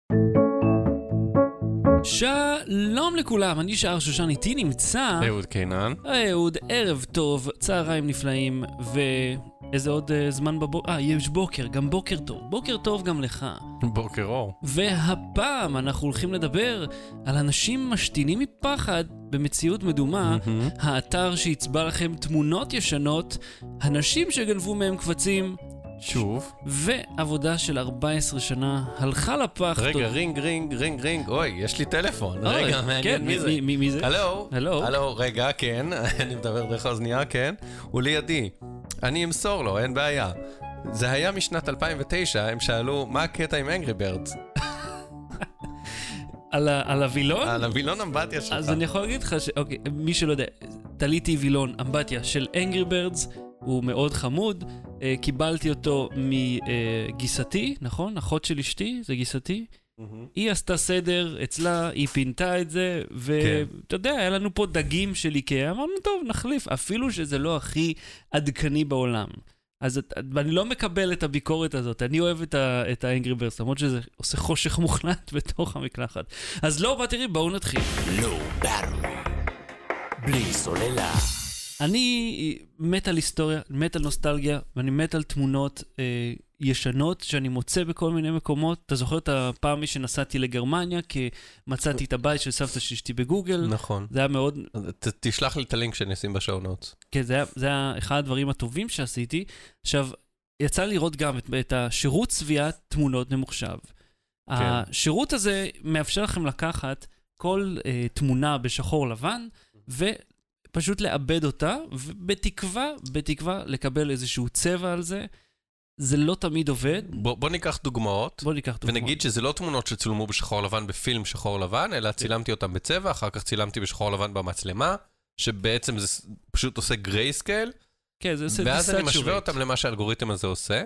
שלום לכולם, אני שער שושן, איתי נמצא אהוד קינן. אהוד, ערב טוב, צהריים נפלאים, ואיזה עוד זמן בבוקר, יש בוקר, גם בוקר טוב גם לך. בוקר אור. והפעם אנחנו הולכים לדבר על אנשים משתינים מפחד במציאות מדומה, האתר שיצבע לכם תמונות ישנות, אנשים שגנבו מהם קבצים, שוב. ועבודה של 14 שנה הלכה לפח. רגע, רינג, אוי, יש לי טלפון. רגע, מעניין מי זה? מי זה? הלו, רגע, כן, אני מדבר דרך האוזנייה, כן. הוא לידי. אני אמסור לו, אין בעיה. זה היה משנת 2009, הם שאלו, מה הקטע עם Angry Birds? על הווילון? על הווילון אמבטיה שלך. אז אני יכול להגיד לך אוקיי, מי שלא יודע, תליתי וילון אמבטיה של Angry Birds, הוא מאוד חמוד, קיבלתי אותו מגיסתי, נכון? אחות של אשתי, זה גיסתי. היא עשתה סדר אצלה, היא פינתה את זה, ואתה יודע, היה לנו פה דגים של איקאה, אמרנו, טוב, נחליף, אפילו שזה לא הכי עדכני בעולם. אז אני לא מקבל את הביקורת הזאת, אני אוהב את האנגרי ברדס, למרות שזה עושה חושך מוחלט בתוך המקלחת. אז לא, תראי, בואו נתחיל. לא ברור, בלי סוללה. אני מת על היסטוריה, מת על נוסטלגיה, ואני מת על תמונות ישנות שאני מוצא בכל מיני מקומות. אתה זוכר את הפעם שנסעתי לגרמניה, כי מצאתי את הבית של סבתא שלי בגוגל. נכון. זה היה מאוד... תשלח לי את הלינק שנשים בשואו נוטס. כן, זה היה אחד הדברים הטובים שעשיתי. עכשיו, יצא לראות גם את השירות צביעת תמונות ממוחשב. כן. השירות הזה מאפשר לכם לקחת כל תמונה בשחור לבן, פשוט לאבד אותה, ובתקווה לקבל איזשהו צבע על זה. זה לא תמיד עובד. בוא ניקח דוגמאות. ונגיד שזה לא תמונות שצולמו בשחור לבן בפילם שחור לבן, אלא צילמתי אותם בצבע, אחר כך צילמתי בשחור לבן במצלמה, שבעצם זה פשוט עושה גרייסקייל. כן, זה עושה ואז אני משווה אותם למה שהאלגוריתם הזה עושה.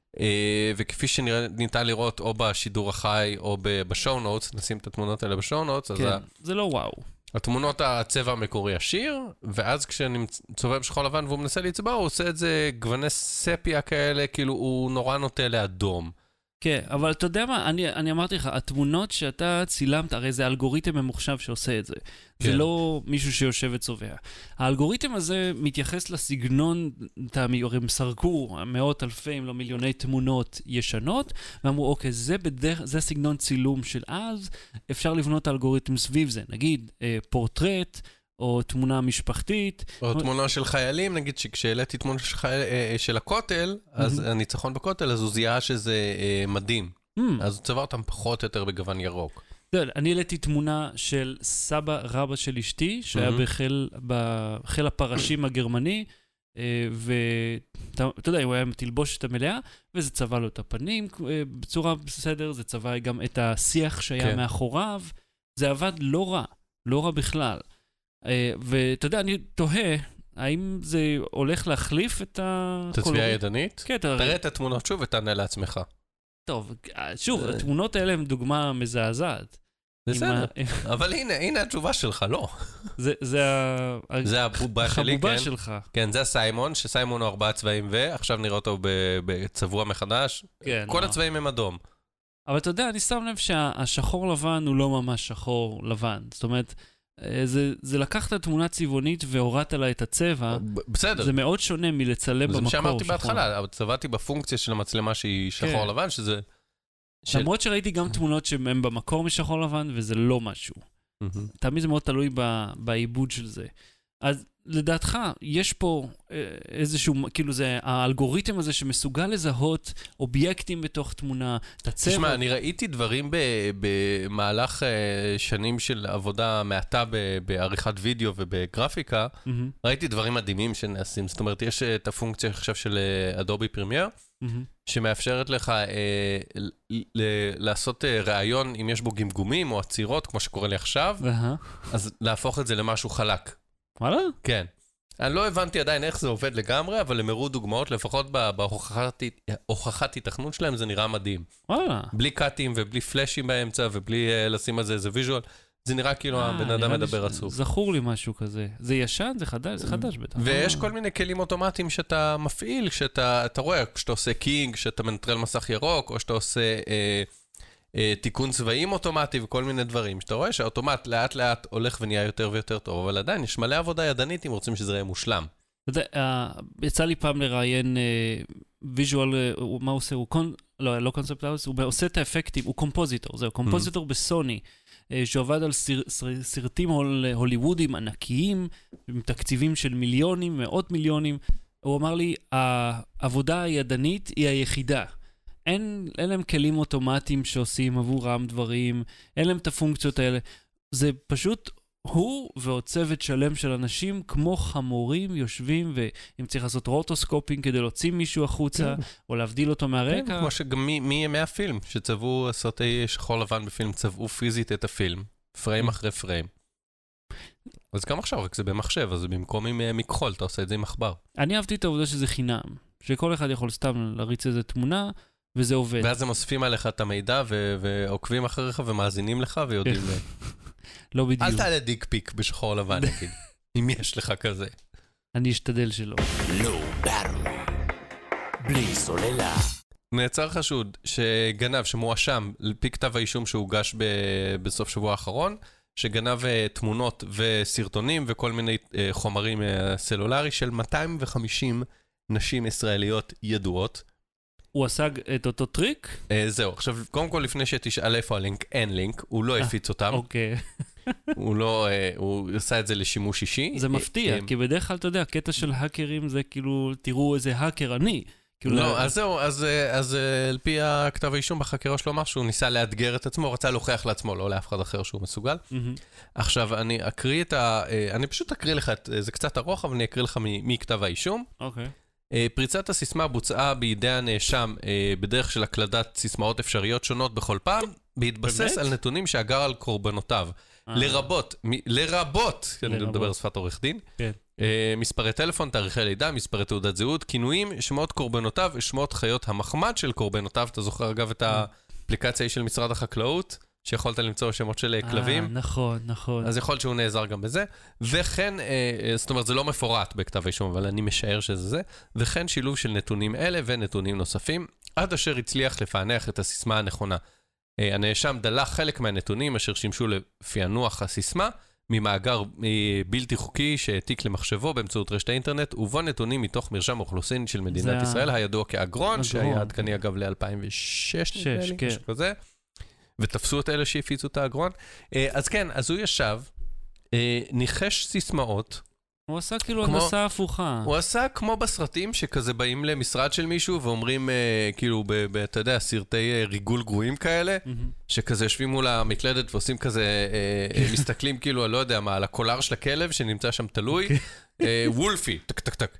וכפי שניתן לראות או בשידור החי או בשואו נוטס, נשים את התמונות האלה בשואו נוטס, אז זה לא וואו. התמונות הצבע המקורי עשיר, ואז כשאני צובע בשחור לבן והוא מנסה לצבע, הוא עושה את זה גווני ספיה כאלה, כאילו הוא נורא נוטה לאדום. כן, אבל אתה יודע מה, אני אמרתי לך, התמונות שאתה צילמת, הרי זה אלגוריתם ממוחשב שעושה את זה. זה לא מישהו שיושב וצובע. האלגוריתם הזה מתייחס לסגנון, הרי הם סרקו מאות אלפי, אם לא מיליוני תמונות ישנות, ואמרו, אוקיי, זה סגנון צילום של אז, אפשר לבנות אלגוריתם סביב זה. נגיד, פורטרט, או תמונה משפחתית. או תמונה של חיילים, נגיד שכשהעליתי תמונה של הכותל, אז הניצחון בכותל, אז הוא זיהה שזה מדים. אז הוא צבע אותם פחות או יותר בגוון ירוק. אני העליתי תמונה של סבא רבא של אשתי, שהיה בחיל הפרשים הגרמני, ואתה יודע, הוא היה תלבושת המלאה, וזה צבע לו את הפנים בצורה בסדר, זה צבע גם את השיח שהיה מאחוריו, זה עבד לא רע בכלל. ואתה יודע, אני תוהה, האם זה הולך להחליף את תצביעה ידנית? כן, תראה את התמונות שוב ותענה לעצמך. טוב, שוב, התמונות האלה הן דוגמה מזעזעת. בסדר, אבל הנה התשובה שלך, לא. זה הבובה שלי, החבובה שלך. כן, זה הסיימון, שסיימון הוא 4 צבעים ועכשיו נראה אותו בצבוע מחדש. כל הצבעים הם אדום. אבל אתה יודע, אני שם לב שהשחור לבן הוא לא ממש שחור לבן. זאת אומרת, זה לקחת תמונה צבעונית והורדת לה את הצבע. בסדר. זה מאוד שונה מלצלם במקור. זה מה שאמרתי בהתחלה, אבל צבעתי בפונקציה של המצלמה שהיא שחור לבן, שזה... למרות שראיתי גם תמונות שהן במקור משחור לבן, וזה לא משהו. תמיד זה מאוד תלוי בעיבוד של זה. אז לדעתך, יש פה איזשהו, כאילו זה האלגוריתם הזה שמסוגל לזהות אובייקטים בתוך תמונה, את הצבע. תשמע, אני ראיתי דברים במהלך שנים של עבודה מעטה בעריכת וידאו ובגרפיקה, ראיתי דברים מדהימים שנעשים, זאת אומרת, יש את הפונקציה עכשיו של אדובי פרמייר, שמאפשרת לך לעשות רעיון אם יש בו גמגומים או עצירות, כמו שקורה לי עכשיו, אז להפוך את זה למשהו חלק. וואלה? כן. אני לא הבנתי עדיין איך זה עובד לגמרי, אבל הם הראו דוגמאות, לפחות בהוכחת התכנות שלהם, זה נראה מדהים. וואלה. בלי קאטים ובלי פלאשים באמצע, ובלי לשים על זה איזה ויז'ואל. זה נראה כאילו הבן אדם מדבר עצוב. זכור לי משהו כזה. זה ישן, זה חדש, זה חדש בטח. ויש כל מיני כלים אוטומטיים שאתה מפעיל, שאתה רואה, כשאתה עושה קינג, שאתה מנטרל מסך ירוק, או שאתה עושה תיקון צבעים אוטומטי וכל מיני דברים, שאתה רואה שהאוטומט לאט לאט הולך ונהיה יותר ויותר טוב, אבל עדיין יש מלא עבודה ידנית אם רוצים שזה יהיה מושלם. אתה יודע, יצא לי פעם לראיין ויז'ואל, מה הוא עושה? לא קונספט האוס, הוא עושה את האפקטים, הוא קומפוזיטור, זהו, קומפוזיטור בסוני, שעובד על סרטים הוליוודים ענקיים, עם תקציבים של מיליונים, מאות מיליונים. הוא אמר לי, העבודה הידנית היא היחידה. אין להם כלים אוטומטיים שעושים עבורם דברים, אין להם את הפונקציות האלה. זה פשוט הוא ועוד צוות שלם של אנשים כמו חמורים יושבים, ואם צריך לעשות רוטוסקופינג כדי להוציא מישהו החוצה, או להבדיל אותו מהרקע. כמו שגם מימי הפילם, שצבעו סרטי שחור לבן בפילם, צבעו פיזית את הפילם, פריים אחרי פריים. אז גם עכשיו, רק זה במחשב, אז במקום עם מכחול, אתה עושה את זה עם מחבר. אני אהבתי את העובדה שזה חינם, שכל אחד יכול סתם להריץ איזה תמונה, וזה עובד. ואז הם אוספים עליך את המידע, ועוקבים אחריך, ומאזינים לך, ויודעים... לא בדיוק. אל תעלה דיק פיק בשחור לבן, נגיד, אם יש לך כזה. אני אשתדל שלא. לא ברור. בלי סוללה. נעצר חשוד שגנב, שמואשם, לפי כתב האישום שהוגש בסוף שבוע האחרון, שגנב תמונות וסרטונים וכל מיני חומרים סלולרי של 250 נשים ישראליות ידועות. הוא עשה את אותו טריק? זהו, עכשיו, קודם כל לפני שתשאל איפה הלינק, אין לינק, הוא לא הפיץ אותם. אוקיי. הוא עשה את זה לשימוש אישי. זה מפתיע, כי בדרך כלל, אתה יודע, הקטע של האקרים זה כאילו, תראו איזה האקר אני. לא, אז זהו, אז על פי הכתב האישום בחקירה שלו אמר שהוא ניסה לאתגר את עצמו, רצה להוכיח לעצמו, לא לאף אחד אחר שהוא מסוגל. עכשיו, אני פשוט אקריא לך, זה קצת ארוך, אבל אני אקריא לך מכתב האישום. אוקיי. פריצת הסיסמה בוצעה בידי הנאשם בדרך של הקלדת סיסמאות אפשריות שונות בכל פעם, בהתבסס על נתונים שאגר על קורבנותיו. לרבות, אני מדבר שפת עורך דין, מספרי טלפון, תאריכי לידה, מספרי תעודת זהות, כינויים, שמות קורבנותיו ושמות חיות המחמד של קורבנותיו. אתה זוכר אגב את האפליקציה של משרד החקלאות, שיכולת למצוא שמות של כלבים? נכון. אז יכול להיות שהוא נעזר גם בזה. וכן, זאת אומרת, זה לא מפורט בכתב האישום, אבל אני משער שזה זה. וכן שילוב של נתונים אלה ונתונים נוספים, עד אשר הצליח לפענח את הסיסמה הנכונה. הנאשם דלך חלק מהנתונים אשר שימשו לפענוח הסיסמה, ממאגר בלתי חוקי שהעתיק למחשבו באמצעות רשת האינטרנט, ובו נתונים מתוך מרשם אוכלוסין של מדינת ישראל, הידוע כאגרון, שהיה עדכני אגב ל-2006, משהו כזה. ותפסו את אלה שהפיצו את האגרון. אז כן, אז הוא ישב, ניחש סיסמאות. הוא עשה כאילו הנדסה הפוכה. הוא עשה כמו בסרטים שכזה באים למשרד של מישהו ואומרים, כאילו, אתה יודע, סרטי ריגול גרועים כאלה, שכזה יושבים מול המקלדת ועושים כזה, מסתכלים כאילו, אני לא יודע מה, על הקולר של הכלב שנמצא שם תלוי, וולפי, טק טק טק.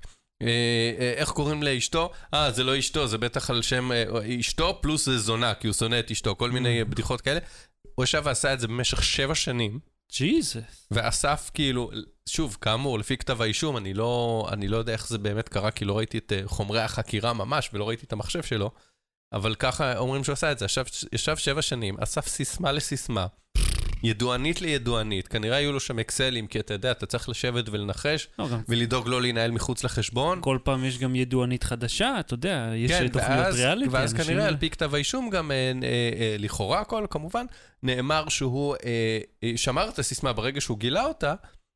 איך קוראים לאשתו? זה לא אשתו, זה בטח על שם אשתו פלוס זה זונה, כי הוא שונא את אשתו, כל מיני בדיחות כאלה. הוא ישב ועשה את זה במשך 7 שנים. ג'יזוס. ואסף כאילו, שוב, כאמור, לפי כתב האישום, אני לא יודע איך זה באמת קרה, כי לא ראיתי את חומרי החקירה ממש, ולא ראיתי את המחשב שלו, אבל ככה אומרים שהוא עשה את זה. ישב 7 שנים, אסף סיסמה לסיסמה, ידוענית לידוענית, כנראה היו לו שם אקסלים, כי אתה יודע, אתה צריך לשבת ולנחש, ולדאוג לא להנהל מחוץ לחשבון. כל פעם יש גם ידוענית חדשה, אתה יודע, יש תוכניות ריאליטי. ואז כנראה על פי כתב האישום גם לכאורה הכל, כמובן, נאמר שהוא שמר את הסיסמה ברגע שהוא גילה אותה,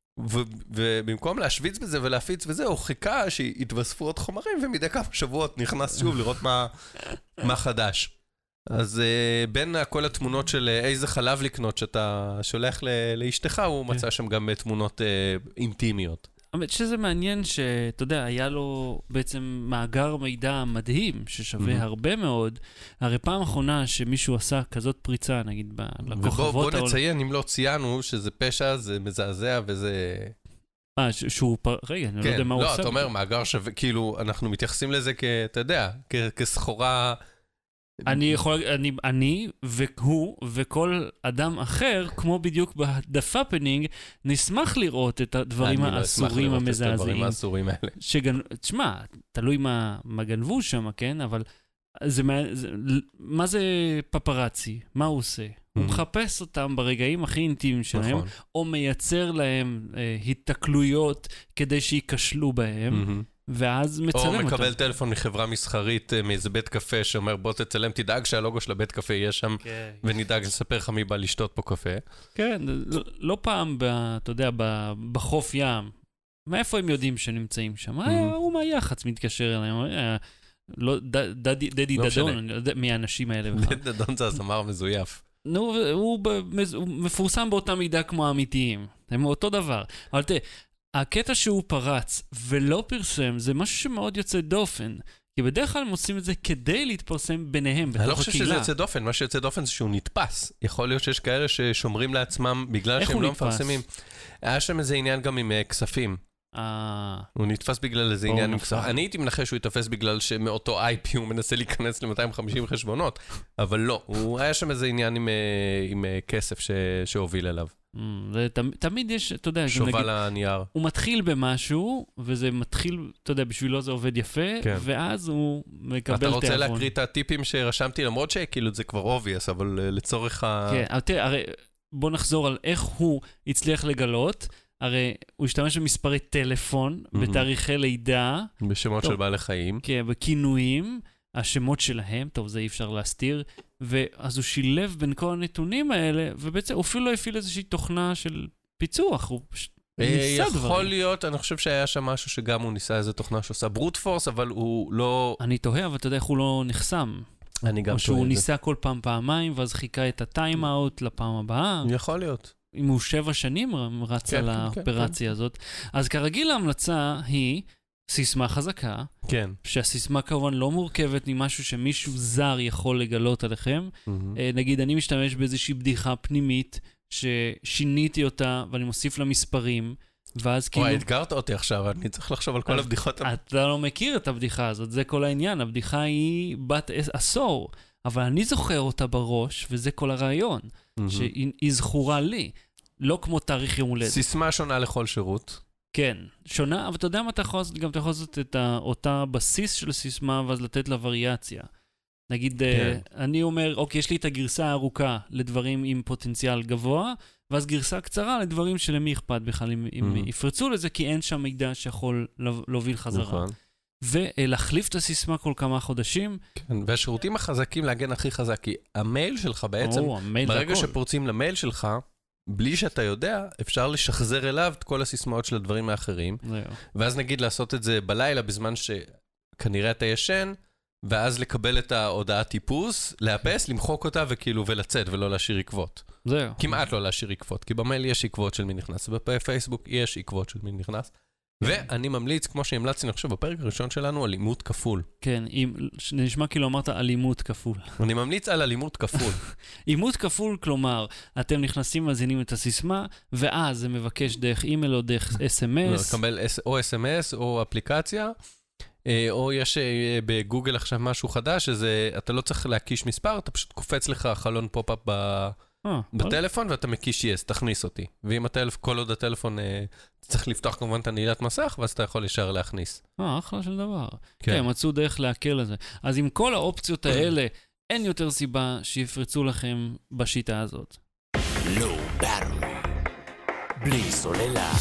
ובמקום להשוויץ בזה ולהפיץ וזה, הוא חיכה שיתווספו עוד חומרים, ומדי כמה שבועות נכנס שוב לראות מה חדש. אז בין כל התמונות של איזה חלב לקנות שאתה שולח לאשתך, הוא מצא שם גם תמונות אינטימיות. האמת שזה מעניין שאתה יודע, היה לו בעצם מאגר מידע מדהים ששווה הרבה מאוד. הרי פעם אחרונה שמישהו עשה כזאת פריצה, נגיד לכוכבות... בוא נציין, אם לא ציינו, שזה פשע, זה מזעזע וזה... שהוא... רגע, אני לא יודע מה הוא עושה. לא, אתה אומר, מאגר שווה, כאילו, אנחנו מתייחסים לזה אתה יודע, כסחורה... אני והוא וכל אדם אחר, כמו בדיוק ב-The Fappening, נשמח לראות את הדברים האסורים המזעזעים. תשמע, תלוי מה גנבו שם, כן? אבל מה זה פפרצי? מה הוא עושה? הוא מחפש אותם ברגעים הכי אינטימיים שלהם, או מייצר להם התקלויות כדי שיקשלו בהם. ואז מצלם או אותם. מקבל טלפון מחברה מסחרית מאיזה בית קפה שאומר בוא תצלם, תדאג שהלוגו של הבית קפה יהיה שם, ונדאג לספר לך מי בא לשתות פה קפה. כן, לא פעם, אתה יודע, בחוף ים, מאיפה הם יודעים שנמצאים שם? הוא מהיחץ מתקשר אליהם, דדי דדון, מהאנשים האלה. דדי דדון זה הזמר מזויף. נו, הוא מפורסם באותה מידה כמו האמיתיים. הם אותו דבר. אבל תראה, הקטע שהוא פרץ ולא פרסם, זה משהו שמאוד יוצא דופן. כי בדרך כלל הם עושים את זה כדי להתפרסם ביניהם, בתוך הקהילה. אני לא חושב שזה יוצא דופן, מה שיוצא דופן זה שהוא נתפס. יכול להיות שיש כאלה ששומרים לעצמם בגלל שהם לא מפרסמים. היה שם איזה עניין גם עם כספים. הוא נתפס בגלל איזה עניין עם כספים. אני הייתי מנחש שהוא יתפס בגלל שמאותו IP הוא מנסה להיכנס ל-250 חשבונות, אבל לא, היה שם איזה עניין עם כסף שהוביל אליו. תמיד יש, אתה יודע, שובל הנייר. הוא מתחיל במשהו, וזה מתחיל, אתה יודע, בשבילו זה עובד יפה, ואז הוא מקבל תיאבון. אתה רוצה להקריא את הטיפים שרשמתי, למרות שכאילו זה כבר obvious, אבל לצורך כן, אבל תראה, הרי בוא נחזור על איך הוא הצליח לגלות, הרי הוא השתמש במספרי טלפון, בתאריכי לידה. בשמות של בעלי חיים. כן, בכינויים, השמות שלהם, טוב, זה אי אפשר להסתיר, ואז הוא שילב בין כל הנתונים האלה, ובעצם הוא אפילו לא הפעיל איזושהי תוכנה של פיצוח, הוא ניסה דברים. יכול להיות, אני חושב שהיה שם משהו שגם הוא ניסה איזו תוכנה שעושה ברוט פורס, אבל הוא לא... אני תוהה, אבל אתה יודע איך הוא לא נחסם. אני גם תוהה. או שהוא ניסה כל פעמיים, ואז חיכה את הטיים-אאוט לפעם הבאה. יכול להיות. אם הוא 7 שנים רץ על האופרציה הזאת. אז כרגיל ההמלצה היא סיסמה חזקה, כן. שהסיסמה כמובן לא מורכבת ממשהו שמישהו זר יכול לגלות עליכם. נגיד, אני משתמש באיזושהי בדיחה פנימית, ששיניתי אותה ואני מוסיף לה מספרים, ואז כאילו... אתגרת אותי עכשיו, אני צריך לחשוב על כל הבדיחות. אתה לא מכיר את הבדיחה הזאת, זה כל העניין. הבדיחה היא בת עשור, אבל אני זוכר אותה בראש, וזה כל הרעיון, שהיא זכורה לי, לא כמו תאריך יום הולדת. סיסמה שונה לכל שירות. כן, שונה, אבל אתה יודע מה אתה יכול לעשות? גם אתה יכול לעשות את אותה בסיס של סיסמה, ואז לתת לה וריאציה. נגיד, אני אומר, אוקיי, יש לי את הגרסה הארוכה לדברים עם פוטנציאל גבוה, ואז גרסה קצרה לדברים שלמי אכפת בכלל, אם יפרצו לזה, כי אין שם מידע שיכול להוביל חזרה. ולהחליף את הסיסמה כל כמה חודשים. כן, והשירותים החזקים להגן הכי חזק, כי המייל שלך בעצם, ברגע שפורצים למייל שלך, בלי שאתה יודע, אפשר לשחזר אליו את כל הסיסמאות של הדברים האחרים, ואז נגיד לעשות את זה בלילה, בזמן שכנראה אתה ישן, ואז לקבל את ההודעת טיפוס, לאפס, למחוק אותה וכאילו ולצאת, ולא להשאיר עקבות. זהו. כמעט לא להשאיר עקבות, כי במייל יש עקבות של מי נכנס, ובפייסבוק יש עקבות של מי נכנס. ואני ממליץ, כמו שהמלצתי, אני חושב, בפרק הראשון שלנו, על אימות כפול. כן, נשמע כאילו אמרת על אימות כפול. אני ממליץ על אימות כפול. אימות כפול, כלומר, אתם נכנסים, מזינים את הסיסמה, ואז זה מבקש דרך אימייל או דרך SMS. לקבל או SMS או אפליקציה, או יש בגוגל עכשיו משהו חדש, שזה, אתה לא צריך להקיש מספר, אתה פשוט קופץ לך חלון פופ-אפ בטלפון, ואתה מקיש yes, תכניס אותי. ואם כל עוד הטלפון, צריך לפתוח כמובן את הנעילת מסך, ואז אתה יכול ישר להכניס. אחלה של דבר. כן, מצאו דרך להקל לזה. אז עם כל האופציות האלה, אין יותר סיבה שיפרצו לכם בשיטה הזאת. Low Battery. בלי סוללה.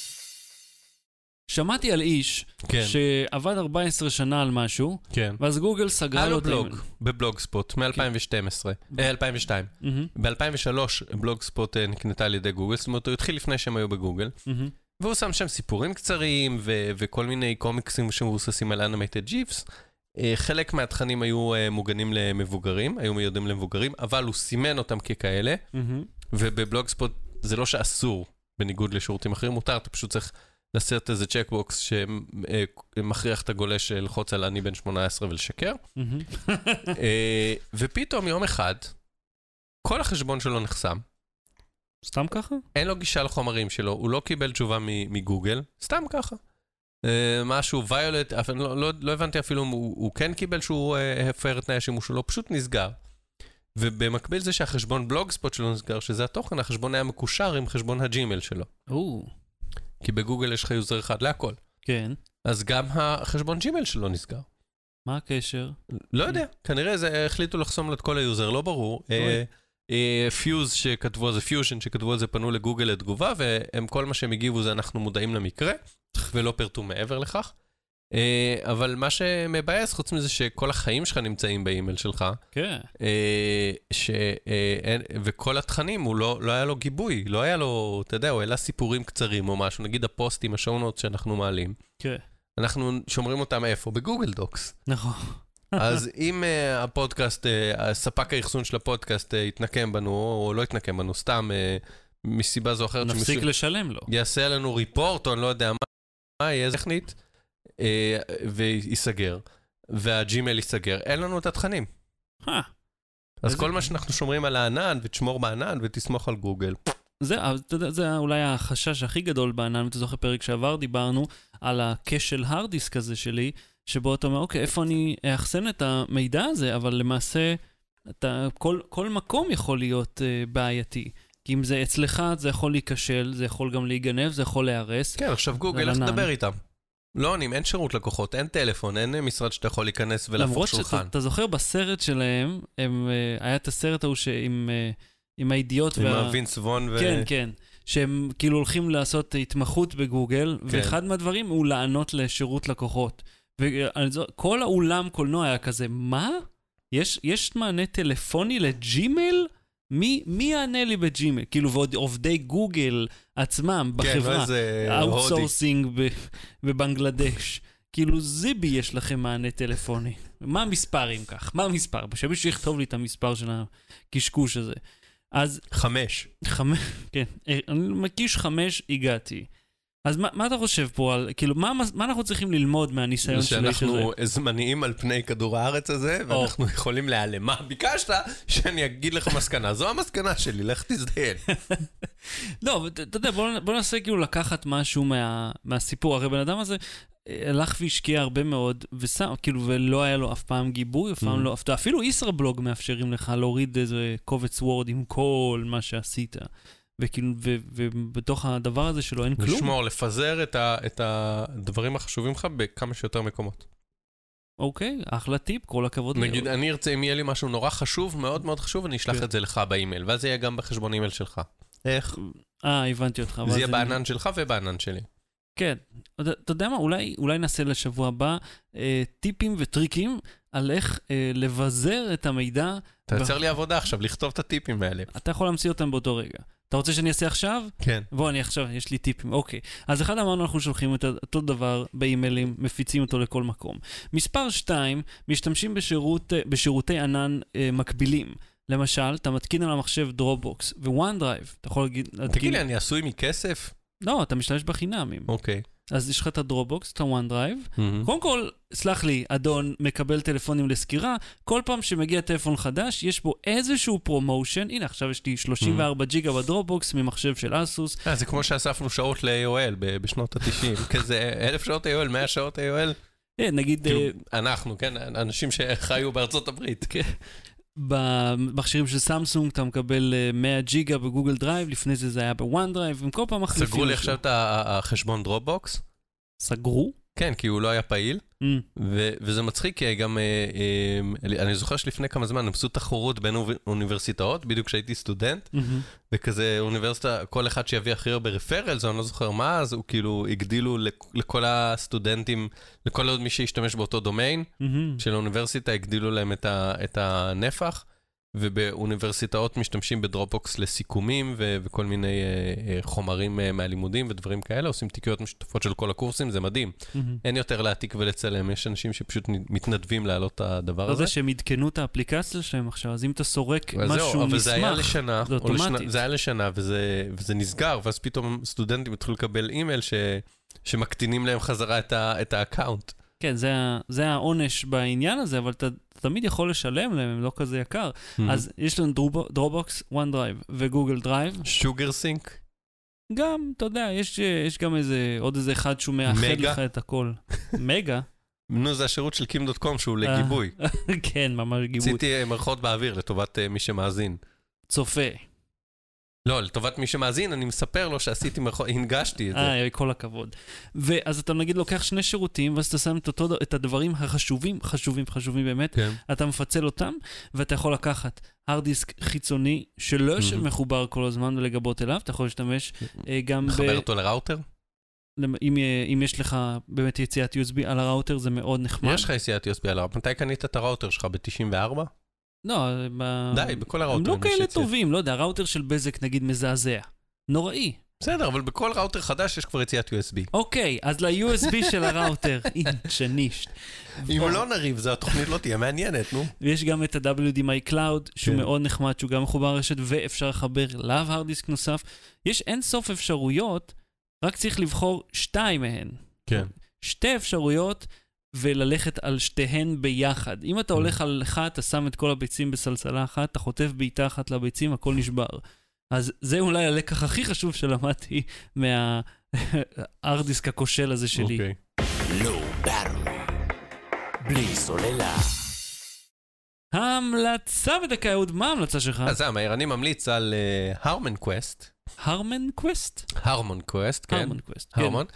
שמעתי על איש שעבד 14 שנה על משהו, ואז גוגל סגרה לו בלוג, בבלוגספוט, מ-2012, 2002. ב-2003 בלוגספוט נקנתה על ידי גוגל, זאת אומרת, הוא התחיל לפני שהם היו בגוגל, והוא שם שם סיפורים קצרים, וכל מיני קומיקסים שמבוססים על animated GIFs. חלק מהתכנים היו מוגנים למבוגרים, היו מיועדים למבוגרים, אבל הוא סימן אותם ככאלה, ובבלוגספוט זה לא שאסור, בניגוד לשירותים אחרים, מותר, אתה פשוט צריך לסרט איזה צ'קבוקס שמכריח את הגולש ללחוץ על אני בן 18 ולשקר. ופתאום יום אחד, כל החשבון שלו נחסם. סתם ככה? אין לו גישה לחומרים שלו, הוא לא קיבל תשובה מגוגל, סתם ככה. משהו ויולט, לא הבנתי אפילו אם הוא כן קיבל שהוא הפר את תנאי השימוש שלו, פשוט נסגר. ובמקביל זה שהחשבון בלוגספוט שלו נסגר, שזה התוכן, החשבון היה מקושר עם חשבון הג'ימייל שלו. כי בגוגל יש לך יוזר אחד להכל. כן. אז גם החשבון ג'ימייל שלו נסגר. מה הקשר? לא יודע, כנראה זה החליטו לחסום לו את כל היוזר, לא ברור. פיוז שכתבו על זה, פיוז'ן שכתבו על זה, פנו לגוגל לתגובה, והם כל מה שהם הגיבו זה אנחנו מודעים למקרה, ולא פרטו מעבר לכך. אבל מה שמבאס, חוץ מזה שכל החיים שלך נמצאים באימייל שלך, כן. וכל התכנים, הוא לא היה לו גיבוי, לא היה לו, אתה יודע, הוא העלה סיפורים קצרים או משהו, נגיד הפוסטים, השעונות שאנחנו מעלים. כן. אנחנו שומרים אותם איפה? בגוגל דוקס. נכון. אז אם הפודקאסט, הספק האחסון של הפודקאסט יתנקם בנו, או לא יתנקם בנו, סתם מסיבה זו אחרת, נפסיק לשלם לו. יעשה לנו ריפורט, או אני לא יודע מה, יהיה טכנית, ויסגר, והג'ימייל יסגר, אין לנו את התכנים. אז כל מה שאנחנו שומרים על הענן, ותשמור בענן, ותסמוך על גוגל. זה אולי החשש הכי גדול בענן, אתה זוכר פרק שעבר, דיברנו על הכשל הרדיסק הזה שלי, שבו אתה אומר, אוקיי, איפה אני אחסן את המידע הזה, אבל למעשה, כל מקום יכול להיות בעייתי. כי אם זה אצלך, זה יכול להיכשל, זה יכול גם להיגנב, זה יכול להירס. כן, עכשיו גוגל, איך תדבר איתם? לא עונים, אין שירות לקוחות, אין טלפון, אין משרד שאתה יכול להיכנס ולהפוך שולחן. למרות שאתה זוכר בסרט שלהם, היה את הסרט ההוא עם הידיעות עם הווינס וון כן, כן. שהם כאילו הולכים לעשות התמחות בגוגל, ואחד מהדברים הוא לענות לשירות לקוחות. וכל האולם קולנוע היה כזה, מה? יש מענה טלפוני לג'ימייל? מי יענה לי בג'ימייל? כאילו, ועוד עובדי גוגל עצמם בחברה, אאוטסורסינג בבנגלדש. כאילו, זיבי יש לכם מענה טלפוני. מה המספר אם כך? מה המספר? שמישהו יכתוב לי את המספר של הקשקוש הזה. אז 5. כן. אני מקיש 5, הגעתי. אז מה אתה חושב פה על, כאילו, מה אנחנו צריכים ללמוד מהניסיון שלי שזה? שאנחנו זמניים על פני כדור הארץ הזה, ואנחנו יכולים להיעלם. מה ביקשת? שאני אגיד לך מסקנה. זו המסקנה שלי, לך תזדיין. לא, אתה יודע, בוא נעשה כאילו לקחת משהו מהסיפור. הרי בן אדם הזה הלך והשקיע הרבה מאוד, כאילו, ולא היה לו אף פעם גיבוי, אפילו ישראבלוג מאפשרים לך להוריד איזה קובץ וורד עם כל מה שעשית. וכאילו, ובתוך הדבר הזה שלו אין כלום. לשמור, לפזר את הדברים החשובים לך בכמה שיותר מקומות. אוקיי, אחלה טיפ, כל הכבוד. נגיד, אני ארצה, אם יהיה לי משהו נורא חשוב, מאוד מאוד חשוב, אני אשלח את זה לך באימייל, ואז זה יהיה גם בחשבון אימייל שלך. איך? הבנתי אותך. זה יהיה בענן שלך ובענן שלי. כן. אתה יודע מה, אולי נעשה לשבוע הבא טיפים וטריקים על איך לבזר את המידע. אתה יוצר לי עבודה עכשיו, לכתוב את הטיפים האלה. אתה יכול להמציא אותם באותו רגע. אתה רוצה שאני אעשה עכשיו? כן. בוא, אני עכשיו, יש לי טיפים. אוקיי. אז אחד אמרנו, אנחנו שולחים את אותו דבר באימיילים, מפיצים אותו לכל מקום. מספר 2, משתמשים בשירותי ענן מקבילים. למשל, אתה מתקין על המחשב דרופבוקס ו-OneDrive. אתה יכול להגיד... תגיד לי, אני עשוי מכסף? לא, אתה משתמש בחינמים. אוקיי. אז יש לך את הדרופבוקס, את ה-OneDrive. קודם כל, סלח לי, אדון מקבל טלפונים לסקירה, כל פעם שמגיע טלפון חדש, יש בו איזשהו פרומושן, הנה עכשיו יש לי 34 ג'יגה בדרופבוקס ממחשב של אסוס. זה כמו שאספנו שעות ל-AOL בשנות ה-90, כזה 1,000 שעות AOL, 100 שעות AOL. נגיד... אנחנו, כן, אנשים שחיו בארצות הברית. במכשירים של סמסונג אתה מקבל 100 ג'יגה בגוגל דרייב, לפני זה היה בוואן דרייב, והם כל פעם מחליפים. סגרו לי עכשיו את החשבון דרופבוקס. סגרו? כן, כי הוא לא היה פעיל, וזה מצחיק, כי גם, אני זוכר שלפני כמה זמן, הם עשו תחרות בין אוניברסיטאות, בדיוק כשהייתי סטודנט, וכזה אוניברסיטה, כל אחד שיביא הכי הרבה רפרלס, אני לא זוכר מה, אז הוא כאילו הגדילו לכל הסטודנטים, לכל עוד מי שישתמש באותו דומיין של האוניברסיטה, הגדילו להם את הנפח, ובאוניברסיטאות משתמשים בדרופבוקס לסיכומים וכל מיני חומרים מהלימודים ודברים כאלה, עושים תיקיות משותפות של כל הקורסים, זה מדהים. אין יותר להעתיק ולצלם, יש אנשים שפשוט מתנדבים להעלות את הדבר הזה. זה שהם עדכנו את האפליקציה שלהם עכשיו, אז אם אתה סורק משהו מסמך, זה אוטומטית. זה היה לשנה וזה נסגר, ואז פתאום סטודנטים התחילו לקבל אימייל שמקטינים להם חזרה את האקאונט. כן, זה העונש בעניין הזה, אבל אתה תמיד יכול לשלם להם, הם לא כזה יקר. אז יש לנו דרופבוקס, OneDrive וגוגל דרייב. שוגר סינק? גם, אתה יודע, יש גם עוד איזה אחד שהוא מאחד לך את הכל. מגה? נו, זה השירות של kim.com שהוא לגיבוי. כן, ממש גיבוי. עשיתי מרחות באוויר לטובת מי שמאזין. צופה. לא, לטובת מי שמאזין, אני מספר לו שעשיתי הנגשתי את זה. כל הכבוד. ואז אתה נגיד לוקח שני שירותים, ואז אתה שם את הדברים החשובים, חשובים באמת, אתה מפצל אותם, ואתה יכול לקחת הרד דיסק חיצוני, שלא מחובר כל הזמן ולגבות אליו, אתה יכול להשתמש גם מחבר אותו לראוטר? אם יש לך באמת יציאת USB על הראוטר, זה מאוד נחמד. יש לך יציאת USB על הראוטר. מתי קנית את הראוטר שלך? ב-94? לא, די, בכל הראוטרים. הם לא כאלה טובים, לא יודע, הראוטר של בזק נגיד מזעזע. נוראי. בסדר, אבל בכל ראוטר חדש יש כבר יציאת USB. אוקיי, אז ל-USB של הראוטר, שנישט. אם לא נריב, זו התוכנית לא תהיה מעניינת, נו. ויש גם את ה-WDMI Cloud, שהוא מאוד נחמד, שהוא גם מחובר רשת, ואפשר לחבר אליו הארד דיסק נוסף. יש אין סוף אפשרויות, רק צריך לבחור 2 מהן. כן. 2 אפשרויות, וללכת על שתיהן ביחד. אם אתה הולך על אחד, אתה שם את כל הביצים בסלסלה אחת, אתה חוטף בעיטה אחת לביצים, הכל נשבר. אז זה אולי הלקח הכי חשוב שלמדתי מהארדיסק הכושל הזה שלי. אוקיי. לא ברור. בלי סוללה. ההמלצה בדקה, אהוד, מה ההמלצה שלך? אז מאיר, אני ממליץ על הרמן קווסט. הרמן קווסט? הרמון קווסט, כן. הרמן קווסט, הרמון.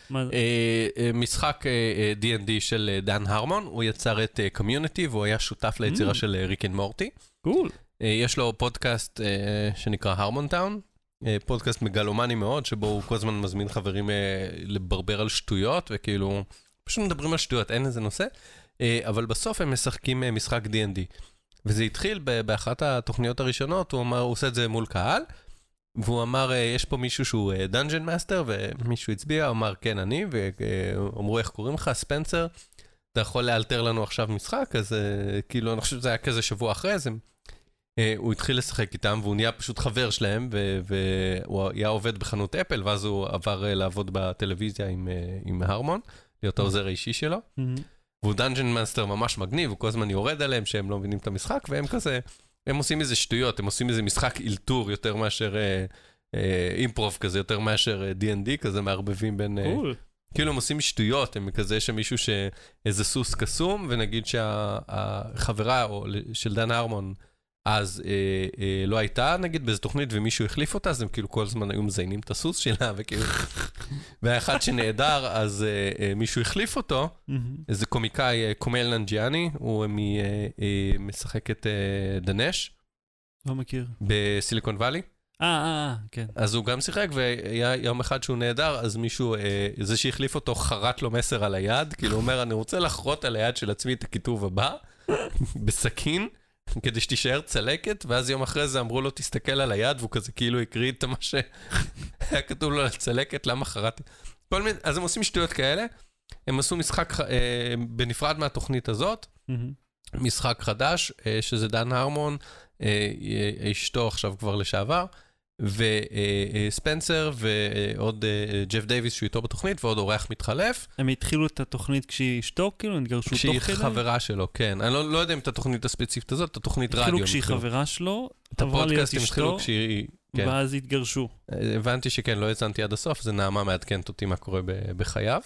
משחק D&D של דן הרמון, הוא יצר את קומיוניטי, והוא היה שותף ליצירה של ריק אנד מורטי. קול. יש לו פודקאסט שנקרא הרמון טאון, פודקאסט מגלומני מאוד, שבו הוא כל הזמן מזמין חברים לברבר על שטויות, וכאילו, פשוט מדברים על שטויות, אין איזה נושא, אבל בסוף הם משחקים משחק D&D. וזה התחיל באחת התוכניות הראשונות, הוא עושה את זה מול קהל, והוא אמר, יש פה מישהו שהוא דנג'ן מאסטר, ומישהו הצביע, הוא אמר, כן, אני, ואמרו, איך קוראים לך, ספנסר, אתה יכול לאלתר לנו עכשיו משחק, אז כאילו, אני חושב שזה היה כזה שבוע אחרי זה, הוא התחיל לשחק איתם, והוא נהיה פשוט חבר שלהם, והוא היה עובד בחנות אפל, ואז הוא עבר לעבוד בטלוויזיה עם הרמון, להיות העוזר האישי שלו, והוא דנג'ן מאסטר ממש מגניב, הוא כל הזמן יורד עליהם שהם לא מבינים את המשחק, והם כזה, הם עושים איזה שטויות, הם עושים איזה משחק אילתור יותר מאשר אימפרוב כזה, יותר מאשר D&D כזה, מערבבים בין... כאילו הם עושים שטויות, הם כזה שמישהו שאיזה סוס קסום, ונגיד שהחברה של דן הרמון, אז לא הייתה, נגיד, באיזו תוכנית, ומישהו החליף אותה, אז הם כאילו כל הזמן היו מזיינים את הסוס שלה, וכאילו... והאחד שנעדר, אז מישהו החליף אותו, איזה קומיקאי, קומל ננג'יאני, הוא משחק את דנש. לא מכיר. בסיליקון ואלי. כן. אז הוא גם שיחק, והיה יום אחד שהוא נעדר, אז מישהו, זה שהחליף אותו, חרט לו מסר על היד, כאילו הוא אומר, אני רוצה לחרות על היד של עצמי את הכיתוב הבא, בסכין, כדי שתישאר צלקת, ואז יום אחרי זה אמרו לו, תסתכל על היד, והוא כזה כאילו הקריא את מה שהיה כתוב לו על צלקת, למה חרטתי? אז הם עושים שטויות כאלה, הם עשו משחק בנפרד מהתוכנית הזאת, משחק חדש, שזה דן הרמון, אשתו עכשיו כבר לשעבר, וספנסר ועוד ג'ף דייביס שהוא איתו בתוכנית, ועוד אורח מתחלף. הם התחילו את התוכנית כשהיא אשתו, כאילו, הם התגרשו תוך כדי? כשהיא חברה שלו, כן. אני לא יודע אם את התוכנית הספציפית הזאת, את התוכנית רדיו. התחילו כשהיא חברה שלו, עברה להיות אשתו, ואז התגרשו. הבנתי שכן, לא יצנתי עד הסוף, זה נעמה מעדכנת אותי מה קורה בחייו.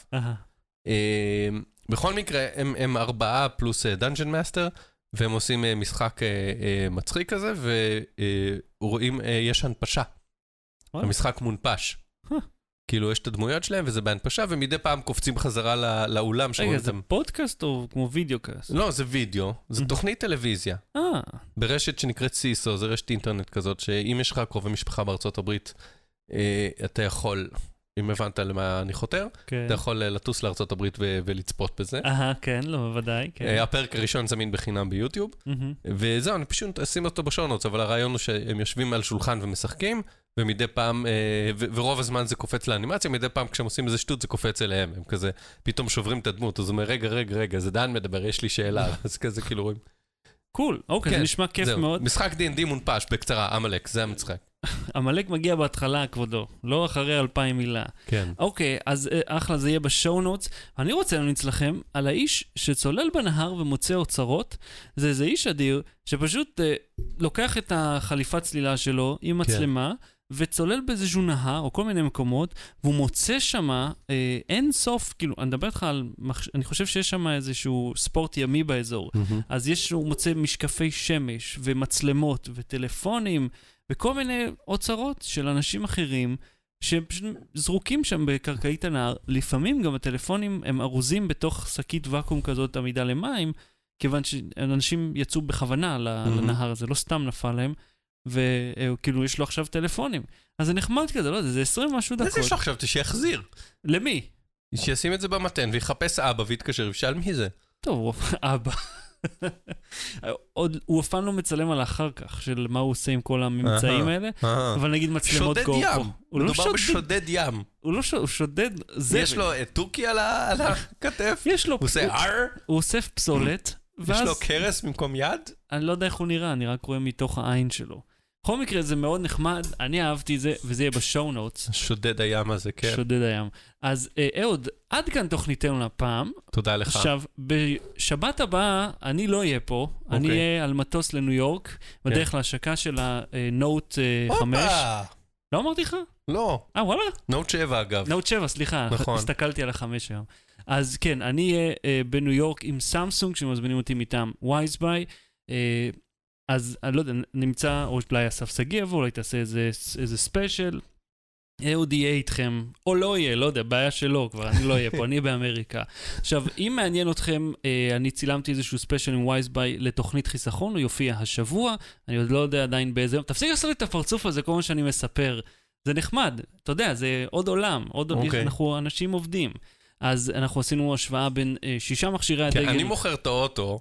בכל מקרה, הם 4 פלוס דנג'ן מאסטר, והם עושים משחק מצחיק כזה, ורואים, יש הנפשה. המשחק מונפש. כאילו, יש את הדמויות שלהם, וזה בהנפשה, ומדי פעם קופצים חזרה לאולם. רגע, זה פודקאסט או כמו וידאו-קאסט? לא, זה וידאו. זה תוכנית טלוויזיה. ברשת שנקראת סיסו, זה רשת אינטרנט כזאת, שאם יש לך קרובי משפחה בארצות הברית, אתה יכול... אם הבנת למה אני חותר, אתה יכול לטוס לארצות הברית ולצפות בזה. כן, לא, בוודאי. הפרק הראשון זמין בחינם ביוטיוב, וזהו, אני פשוט אשים אותו בשונוץ, אבל הרעיון הוא שהם יושבים על שולחן ומשחקים, ומדי פעם, ורוב הזמן זה קופץ לאנימציה, מדי פעם כשהם עושים איזה שטות זה קופץ אליהם, הם כזה פתאום שוברים את הדמות, אז הוא אומר, רגע, זה דן מדבר, יש לי שאלה, אז כזה כאילו רואים. קול, אוקיי, זה נשמע כיף מאוד. משחק D&D מונפש, בקצרה, אמלק, זה המשחק. אמלק מגיע בהתחלה, כבודו, לא אחרי 2,000 מילה. כן. אוקיי, אז אחלה, זה יהיה בשואו נוטס. אני רוצה להמליץ לכם על האיש שצולל בנהר ומוצא אוצרות. זה איזה איש אדיר שפשוט לוקח את החליפת צלילה שלו עם מצלמה, וצולל באיזשהו נהר או כל מיני מקומות, והוא מוצא שמה אין סוף, כאילו, אני מדבר איתך על, אני חושב שיש שמה איזשהו ספורט ימי באזור. אז הוא מוצא משקפי שמש ומצלמות וטלפונים, וכל מיני אוצרות של אנשים אחרים שפשוט זרוקים שם בקרקעית הנהר. לפעמים גם הטלפונים הם ארוזים בתוך שקית ואקום כזאת עמידה למים, כיוון שאנשים יצאו בכוונה לנהר הזה, לא סתם נפל להם, וכאילו יש לו עכשיו טלפונים. אז זה נחמד כזה, לא יודע, זה 20 משהו דקות. אז יש לו עכשיו שיחזיר. למי? שישים את זה במתן ויחפש אבא ויתקשר ושאל מי זה. טוב, אבא. הוא אף פעם לא מצלם על אחר כך, של מה הוא עושה עם כל הממצאים האלה, אבל נגיד מצלמות גופו. שודד ים, מדובר בשודד ים. הוא שודד זבל. יש לו תוכי על הכתף? יש לו. הוא עושה אר? הוא אוסף פסולת. יש לו קרס במקום יד? אני לא יודע איך הוא נראה, אני רק רואה מתוך העין שלו. בכל מקרה זה מאוד נחמד, אני אהבתי זה, וזה יהיה בשואו נוטס. שודד הים הזה, כן. שודד הים. אז אהוד, עד כאן תוכניתנו לפעם. תודה לך. עכשיו, בשבת הבאה אני לא אהיה פה, אני אהיה על מטוס לניו יורק, בדרך להשקה של הנוט 5. לא אמרתי לך? לא. וואלה? נוט 7 אגב. נוט 7, סליחה, נכון. הסתכלתי על ה5 היום. אז כן, אני אהיה בניו יורק עם סמסונג, שמזמינים אותי מטעם וייזביי, אז אני לא יודע, נמצא, או אולי אסף שגיא יבוא, אולי תעשה איזה ספיישל, אהוד יהיה איתכם, או לא יהיה, לא יודע, בעיה שלו כבר, אני לא אהיה פה, אני באמריקה. עכשיו, אם מעניין אתכם, אני צילמתי איזשהו ספיישל עם וייזביי לתוכנית חיסכון, הוא יופיע השבוע, אני עוד לא יודע עדיין באיזה יום, תפסיק לעשות לי את הפרצוף הזה, כל מה שאני מספר, זה נחמד, אתה יודע, זה עוד עולם, אנחנו אנשים עובדים. אז אנחנו עשינו השוואה בין 6 מכשירי הדגל. כן, אני מוכר את האוטו.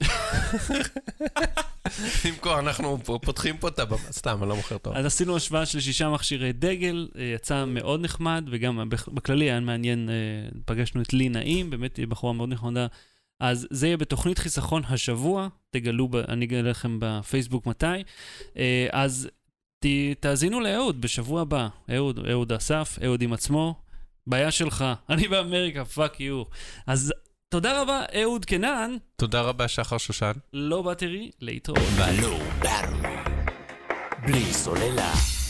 אנחנו פותחים פה את הבמה, סתם, אני לא מוכר את האוטו. אז עשינו השוואה של 6 מכשירי דגל, יצא מאוד נחמד, וגם בכללי היה מעניין, פגשנו את לי נעים, באמת היא בחורה מאוד נחמדה. אז זה יהיה בתוכנית חיסכון השבוע, תגלו, אני אגלה לכם בפייסבוק מתי. אז תאזינו לאהוד בשבוע הבא. אהוד אסף, אהוד עם עצמו. בעיה שלך, אני באמריקה, פאק יו. אז תודה רבה, אהוד קנן. תודה רבה, שחר שושן. לא בטרי, להתראות. בלו ברם, בלי סוללה.